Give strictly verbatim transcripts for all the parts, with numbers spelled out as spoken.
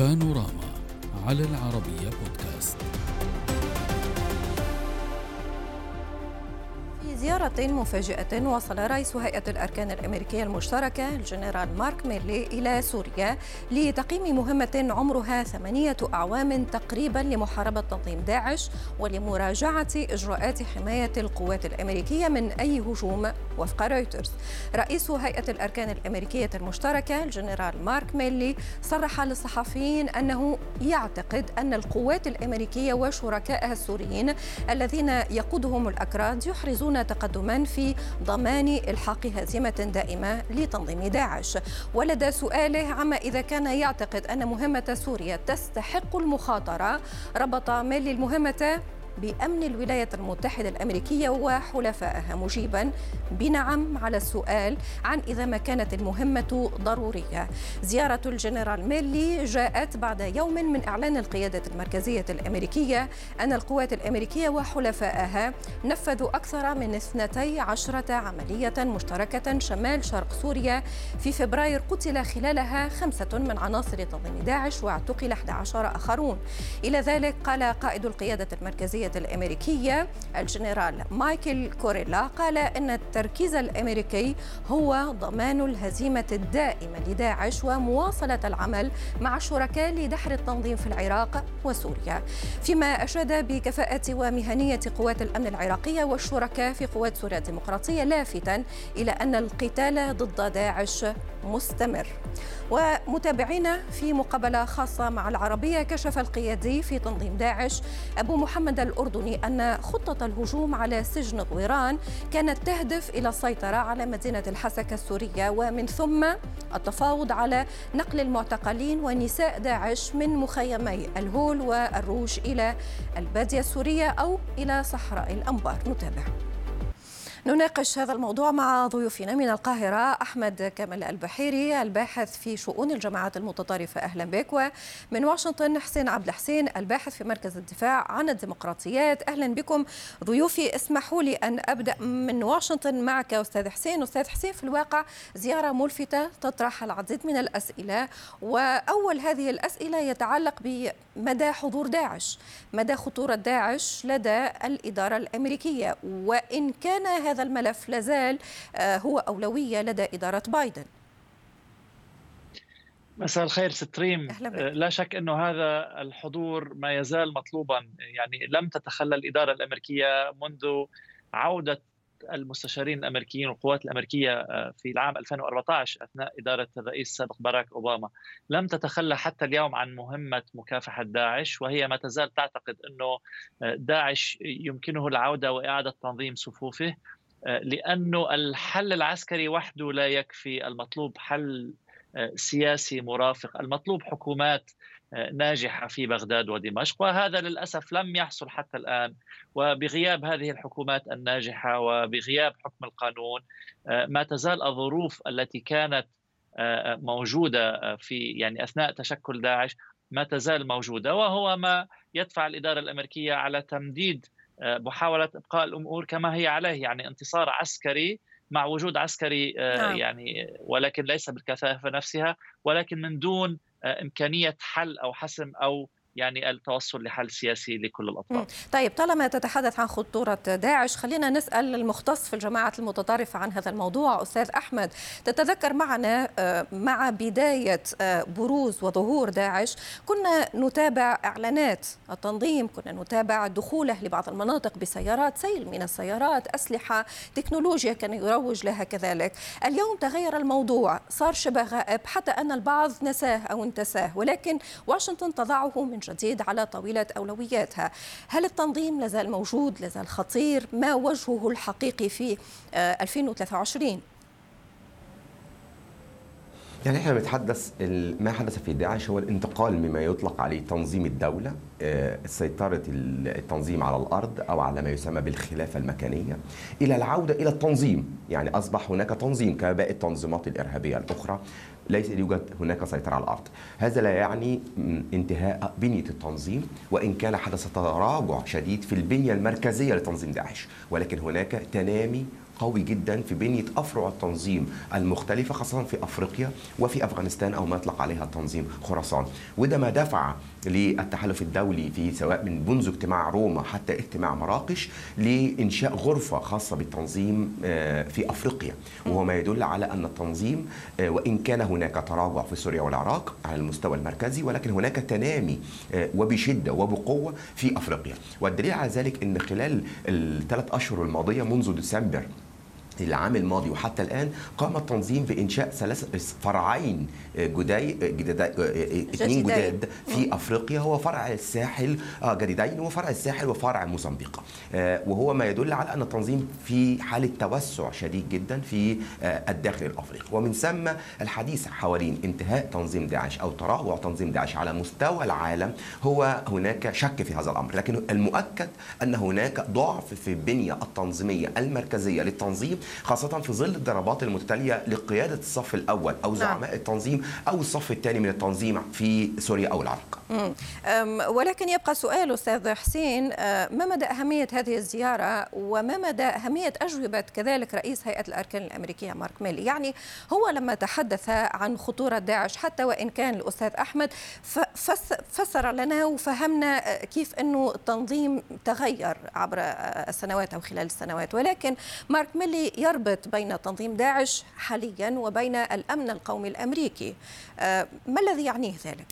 بانوراما على العربية بودكاست. في زيارة مفاجئة وصل رئيس هيئة الأركان الأمريكية المشتركة الجنرال مارك ميلي إلى سوريا لتقييم مهمة عمرها ثمانية أعوام تقريبا لمحاربة تنظيم داعش ولمراجعة إجراءات حماية القوات الأمريكية من أي هجوم وفق رويترز. رئيس هيئة الأركان الأمريكية المشتركة الجنرال مارك ميلي صرح للصحفيين أنه يعتقد أن القوات الأمريكية وشركائها السوريين الذين يقودهم الأكراد يحرزون تقدما في ضمان إلحاق هزيمة دائمة لتنظيم داعش. ولدى سؤاله عما إذا كان يعتقد أن مهمة سوريا تستحق المخاطرة، ربط ميلي المهمة بأمن الولايات المتحدة الأمريكية وحلفائها، مجيبا بنعم على السؤال عن إذا ما كانت المهمة ضرورية. زيارة الجنرال ميلي جاءت بعد يوم من إعلان القيادة المركزية الأمريكية أن القوات الأمريكية وحلفائها نفذوا أكثر من اثنتي عشرة عملية مشتركة شمال شرق سوريا في فبراير قتل خلالها خمسة من عناصر تنظيم داعش واعتقل أحد عشر آخرون. إلى ذلك قال قائد القيادة المركزية الأمريكية الجنرال مايكل كوريلا قال إن التركيز الأمريكي هو ضمان الهزيمة الدائمة لداعش ومواصلة العمل مع الشركاء لدحر التنظيم في العراق وسوريا، فيما أشاد بكفاءة ومهنية قوات الأمن العراقية والشركاء في قوات سوريا الديمقراطية، لافتا إلى أن القتال ضد داعش مستمر. ومتابعينا في مقابلة خاصة مع العربية، كشف القيادي في تنظيم داعش أبو محمد الأردني أن خطة الهجوم على سجن غويران كانت تهدف إلى السيطرة على مدينة الحسكة السورية ومن ثم التفاوض على نقل المعتقلين ونساء داعش من مخيمي الهول والروج إلى البادية السورية أو إلى صحراء الأنبار. نتابع. نناقش هذا الموضوع مع ضيوفنا من القاهرة أحمد كامل البحيري الباحث في شؤون الجماعات المتطرفة، أهلا بك. ومن واشنطن حسين عبد الحسين الباحث في مركز الدفاع عن الديمقراطيات، أهلا بكم ضيوفي. اسمحوا لي أن أبدأ من واشنطن معك أستاذ حسين. أستاذ حسين، في الواقع زيارة ملفتة تطرح العديد من الأسئلة، وأول هذه الأسئلة يتعلق بمدى حضور داعش، مدى خطورة داعش لدى الإدارة الأمريكية، وإن كان هذا الملف لازال هو أولوية لدى إدارة بايدن. مساء الخير ستريم. لا شك أنه هذا الحضور ما يزال مطلوبا، يعني لم تتخلى الإدارة الأمريكية منذ عودة المستشارين الأمريكيين والقوات الأمريكية في العام ألفين وأربعة عشر أثناء إدارة الرئيس السابق باراك أوباما، لم تتخلى حتى اليوم عن مهمة مكافحة داعش، وهي ما تزال تعتقد أنه داعش يمكنه العودة وإعادة تنظيم صفوفه، لأنه الحل العسكري وحده لا يكفي، المطلوب حل سياسي مرافق، المطلوب حكومات ناجحة في بغداد ودمشق، وهذا للأسف لم يحصل حتى الآن. وبغياب هذه الحكومات الناجحة وبغياب حكم القانون، ما تزال الظروف التي كانت موجودة في يعني أثناء تشكل داعش ما تزال موجودة، وهو ما يدفع الإدارة الأمريكية على تمديد محاولة إبقاء الأمور كما هي عليه، يعني انتصار عسكري مع وجود عسكري نعم. يعني ولكن ليس بالكثافة نفسها، ولكن من دون إمكانية حل أو حسم أو يعني التوصل لحل سياسي لكل الأطراف. طيب، طالما تتحدث عن خطورة داعش، خلينا نسأل المختص في الجماعات المتطرفة عن هذا الموضوع. أستاذ أحمد، تتذكر معنا مع بداية بروز وظهور داعش كنا نتابع إعلانات التنظيم، كنا نتابع دخوله لبعض المناطق بسيارات، سيل من السيارات، أسلحة، تكنولوجيا كان يروج لها كذلك. اليوم تغير الموضوع، صار شبه غائب، حتى أن البعض نساه أو انتساه، ولكن واشنطن تضعه من جديد على طاولة أولوياتها. هل التنظيم لازال موجود، لازال خطير؟ ما وجهه الحقيقي في ألفين وثلاثة وعشرين؟ يعني احنا بنتحدث ما حدث في داعش هو الانتقال مما يطلق عليه تنظيم الدولة، سيطرة التنظيم على الأرض أو على ما يسمى بالخلافة المكانية، إلى العودة إلى التنظيم. يعني أصبح هناك تنظيم كباقي التنظيمات الإرهابية الأخرى، ليس يوجد هناك سيطرة على الأرض. هذا لا يعني انتهاء بنية التنظيم، وإن كان حدث تراجع شديد في البنية المركزية لتنظيم داعش، ولكن هناك تنامي قوي جدا في بنية أفرع التنظيم المختلفة، خاصة في أفريقيا وفي أفغانستان أو ما يطلق عليها تنظيم خراسان. وده ما دفع للتحالف الدولي في سواء من منذ اجتماع روما حتى اجتماع مراكش لإنشاء غرفة خاصة بالتنظيم في أفريقيا، وهو ما يدل على أن التنظيم وإن كان هناك تراجع في سوريا والعراق على المستوى المركزي، ولكن هناك تنامي وبشدة وبقوة في أفريقيا. والدليل على ذلك أن خلال الثلاث أشهر الماضية منذ ديسمبر العام الماضي وحتى الآن قام التنظيم بإنشاء ثلاث فرعين جداي جداد اثنين جداد في أفريقيا، هو فرع الساحل آه جديدين وفرع الساحل وفرع موزمبيق، آه وهو ما يدل على أن التنظيم في حالة توسع شديد جدا في آه الداخل الأفريقي. ومن ثم الحديث حوالين انتهاء تنظيم داعش أو تراجع تنظيم داعش على مستوى العالم هو هناك شك في هذا الأمر، لكن المؤكد أن هناك ضعف في البنية التنظيمية المركزية للتنظيم، خاصة في ظل الضربات المتتالية لقيادة الصف الأول أو زعماء التنظيم أو الصف الثاني من التنظيم في سوريا أو العراق. ولكن يبقى سؤال أستاذ حسين، ما مدى أهمية هذه الزيارة وما مدى أهمية أجوبة كذلك رئيس هيئة الأركان الأمريكية مارك ميلي؟ يعني هو لما تحدث عن خطورة داعش، حتى وإن كان الأستاذ أحمد فسر لنا وفهمنا كيف أنه التنظيم تغير عبر السنوات أو خلال السنوات، ولكن مارك ميلي يربط بين تنظيم داعش حاليا وبين الأمن القومي الأمريكي. ما الذي يعنيه ذلك؟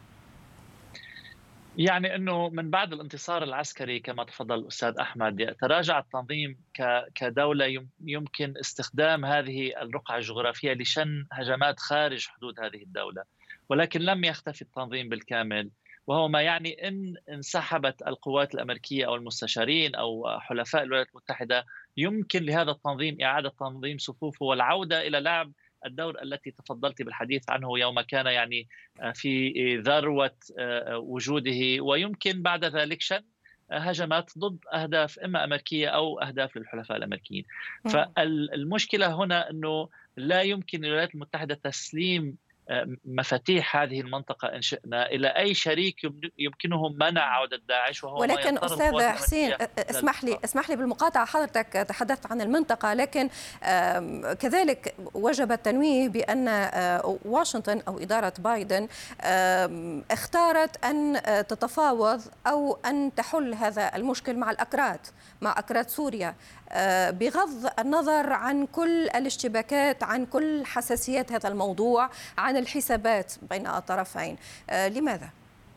يعني أنه من بعد الانتصار العسكري كما تفضل الأستاذ أحمد تراجع التنظيم كدولة يمكن استخدام هذه الرقعة الجغرافية لشن هجمات خارج حدود هذه الدولة، ولكن لم يختفي التنظيم بالكامل، وهو ما يعني إن انسحبت القوات الأمريكية أو المستشارين أو حلفاء الولايات المتحدة يمكن لهذا التنظيم إعادة تنظيم صفوفه والعودة إلى لعب الدور التي تفضلت بالحديث عنه يوم كان يعني في ذروة وجوده، ويمكن بعد ذلك شن هجمات ضد أهداف إما أمريكية أو أهداف للحلفاء الأمريكيين. فالمشكلة هنا أنه لا يمكن للولايات المتحدة تسليم مفاتيح هذه المنطقة إن شئنا إلى أي شريك يمكنهم منع عودة داعش، وهو ولكن أستاذ حسين اسمح لي اسمح لي بالمقاطعة، حضرتك تحدثت عن المنطقة، لكن كذلك وجب التنويه بأن واشنطن أو إدارة بايدن اختارت أن تتفاوض أو أن تحل هذا المشكل مع الأكراد مع أكراد سوريا، بغض النظر عن كل الاشتباكات، عن كل حساسيات هذا الموضوع، عن الحسابات بين الطرفين. لماذا؟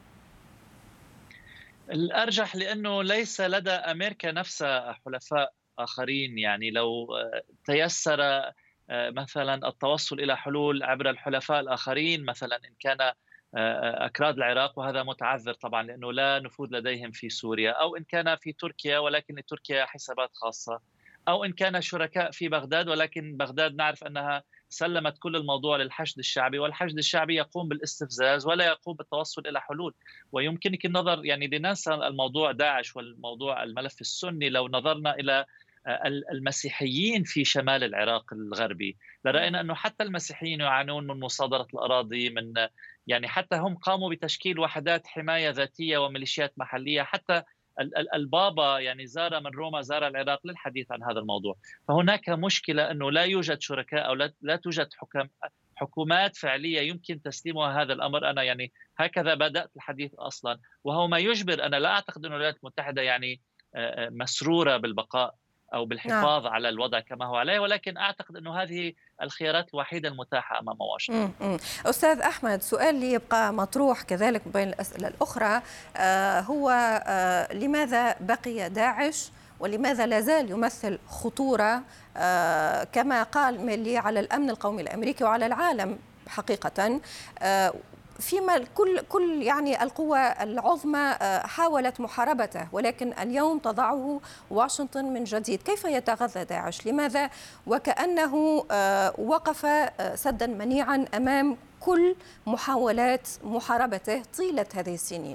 الأرجح لأنه ليس لدى أمريكا نفسها حلفاء آخرين، يعني لو تيسر مثلا التوصل إلى حلول عبر الحلفاء الآخرين، مثلا إن كان أكراد العراق وهذا متعذر طبعا لأنه لا نفوذ لديهم في سوريا، أو إن كان في تركيا ولكن لتركيا حسابات خاصة، أو إن كان شركاء في بغداد ولكن بغداد نعرف أنها سلمت كل الموضوع للحشد الشعبي، والحشد الشعبي يقوم بالاستفزاز ولا يقوم بالتوصل إلى حلول. ويمكنك النظر يعني لننسى الموضوع داعش والموضوع الملف السني، لو نظرنا إلى المسيحيين في شمال العراق الغربي لرأينا أنه حتى المسيحيين يعانون من مصادرة الأراضي، من يعني حتى هم قاموا بتشكيل وحدات حماية ذاتية وميليشيات محلية، حتى البابا يعني زار من روما زار العراق للحديث عن هذا الموضوع. فهناك مشكلة أنه لا يوجد شركاء أو لا توجد حكم حكومات فعلية يمكن تسليمها هذا الأمر. أنا يعني هكذا بدأت الحديث أصلا، وهو ما يجبر، أنا لا أعتقد أن الولايات المتحدة يعني مسرورة بالبقاء أو بالحفاظ نعم. على الوضع كما هو عليه، ولكن أعتقد أنه هذه الخيارات الوحيدة المتاحة أمام واشنطن. أستاذ أحمد، سؤال لي يبقى مطروح كذلك بين الأسئلة الأخرى، آه هو آه لماذا بقي داعش ولماذا لا زال يمثل خطورة آه كما قال ميلي على الأمن القومي الأمريكي وعلى العالم حقيقة، آه فيما كل كل يعني القوى العظمى حاولت محاربته، ولكن اليوم تضعه واشنطن من جديد. كيف يتغذى داعش؟ لماذا وكأنه وقف سدا منيعا أمام كل محاولات محاربته طيلة هذه السنين؟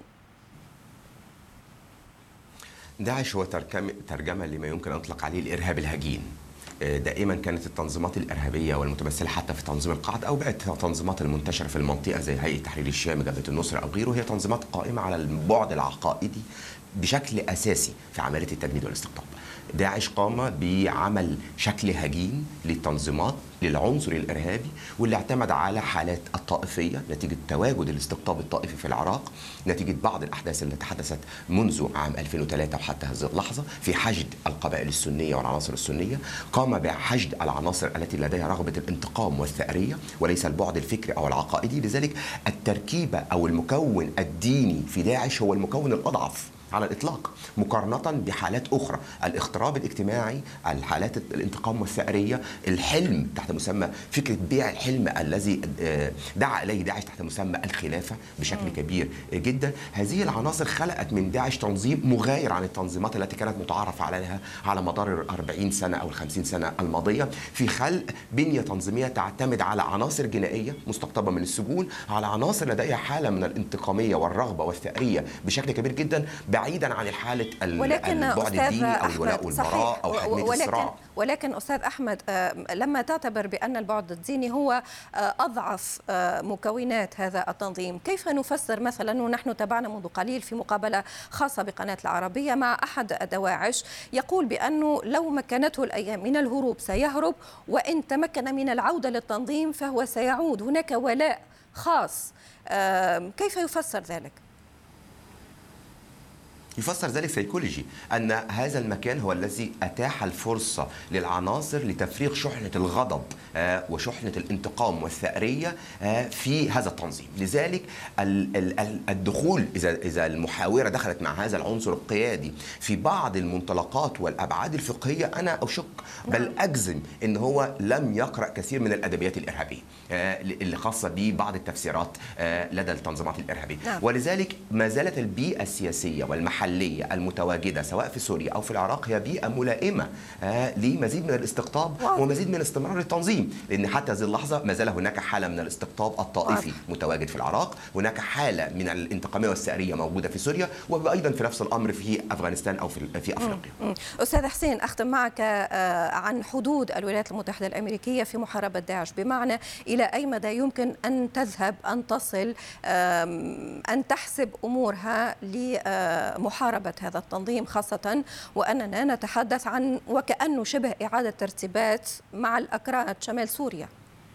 داعش هو ترجمة لما يمكن أن يطلق عليه الإرهاب الهجين. دائما كانت التنظيمات الإرهابية والمتمثلة حتى في تنظيم القاعدة أو بقت التنظيمات المنتشرة في المنطقة زي هيئة تحرير الشام، جبهة النصرة أو غيره، هي تنظيمات قائمة على البعد العقائدي بشكل أساسي في عملية التجنيد والاستقطاب. داعش قام بعمل شكل هجين للتنظيمات للعنصر الإرهابي، واللي اعتمد على حالات الطائفية نتيجة تواجد الاستقطاب الطائفي في العراق، نتيجة بعض الأحداث التي حدثت منذ عام ألفين وثلاثة وحتى هذه اللحظة في حشد القبائل السنية والعناصر السنية. قام بحشد العناصر التي لديها رغبة الانتقام والثأرية وليس البعد الفكري أو العقائدي. لذلك التركيبة أو المكون الديني في داعش هو المكون الأضعف على الإطلاق مقارنة بحالات أخرى، الاغتراب الاجتماعي، الحالات الانتقام والثأرية، الحلم تحت مسمى فكرة بيع الحلم الذي دعا إليه داعش تحت مسمى الخلافة بشكل كبير جدا. هذه العناصر خلقت من داعش تنظيم مغاير عن التنظيمات التي كانت متعارف عليها على مدار الأربعين سنة أو الخمسين سنة الماضية، في خلق بنية تنظيمية تعتمد على عناصر جنائية مستقطبة من السجون، على عناصر لديها حالة من الانتقامية والرغبة والثأرية بشكل كبير جدا، بعيدا عن الحالة البعد الديني أو الولاء والبراء أو حتمية الصراع. ولكن أستاذ أحمد، لما تعتبر بأن البعد الديني هو أضعف مكونات هذا التنظيم، كيف نفسر مثلا، ونحن تابعنا منذ قليل في مقابلة خاصة بقناة العربية مع أحد الدواعش يقول بأنه لو مكنته الأيام من الهروب سيهرب، وإن تمكن من العودة للتنظيم فهو سيعود، هناك ولاء خاص. كيف يفسر ذلك؟ يفسر ذلك سيكولوجي، أن هذا المكان هو الذي أتاح الفرصة للعناصر لتفريغ شحنة الغضب وشحنة الانتقام والثأرية في هذا التنظيم. لذلك الدخول إذا إذا المحاورة دخلت مع هذا العنصر القيادي في بعض المنطلقات والأبعاد الفقهية، أنا أشك بل أجزم أن هو لم يقرأ كثير من الأدبيات الإرهابية اللي خاصة ببعض التفسيرات لدى التنظيمات الإرهابية. ولذلك ما زالت البيئة السياسية والمحلية المتواجدة سواء في سوريا أو في العراق هي بيئة ملائمة لمزيد من الاستقطاب ومزيد من استمرار التنظيم، لأن حتى هذه اللحظة ما زال هناك حالة من الاستقطاب الطائفي متواجد في العراق، هناك حالة من الانتقامية والثأرية موجودة في سوريا، وأيضا في نفس الأمر في أفغانستان أو في, في أفريقيا. أستاذ حسين، أختم معك عن حدود الولايات المتحدة الأمريكية في محاربة داعش، بمعنى إلى أي مدى يمكن أن تذهب، أن تصل، أن تحسب أمورها لمحاربة هذا التنظيم، خاصة وأننا نتحدث عن وكأنه شبه إعادة ترتيبات مع الأكراد شمال سوريا؟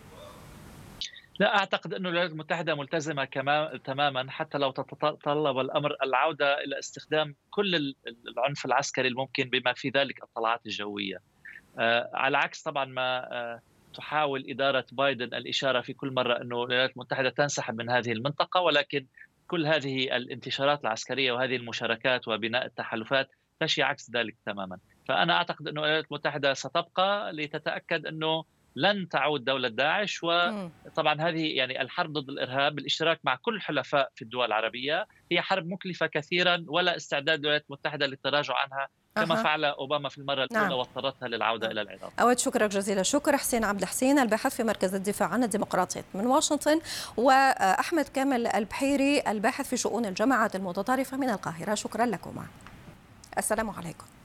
لا أعتقد أن الولايات المتحدة ملتزمة كما تماما، حتى لو تتطلب الأمر العودة إلى استخدام كل العنف العسكري الممكن بما في ذلك الطلعات الجوية، على عكس طبعا ما تحاول إدارة بايدن الإشارة في كل مرة أنه الولايات المتحدة تنسحب من هذه المنطقة، ولكن كل هذه الانتشارات العسكرية وهذه المشاركات وبناء التحالفات تشي عكس ذلك تماما. فأنا أعتقد أن الولايات المتحدة ستبقى لتتأكد أنه لن تعود دولة داعش، وطبعا هذه يعني الحرب ضد الإرهاب بالاشتراك مع كل الحلفاء في الدول العربية هي حرب مكلفة كثيرا، ولا استعداد الولايات المتحدة للتراجع عنها كما أه. فعل أوباما في المرة الأولى. نعم. واضطرتها للعودة أه. إلى العراق. أود شكرك جزيلا الشكر حسين عبد الحسين، الباحث في مركز الدفاع عن الديمقراطية من واشنطن، وأحمد كامل البحيري، الباحث في شؤون الجماعات المتطرفة من القاهرة. شكرا لكما. السلام عليكم.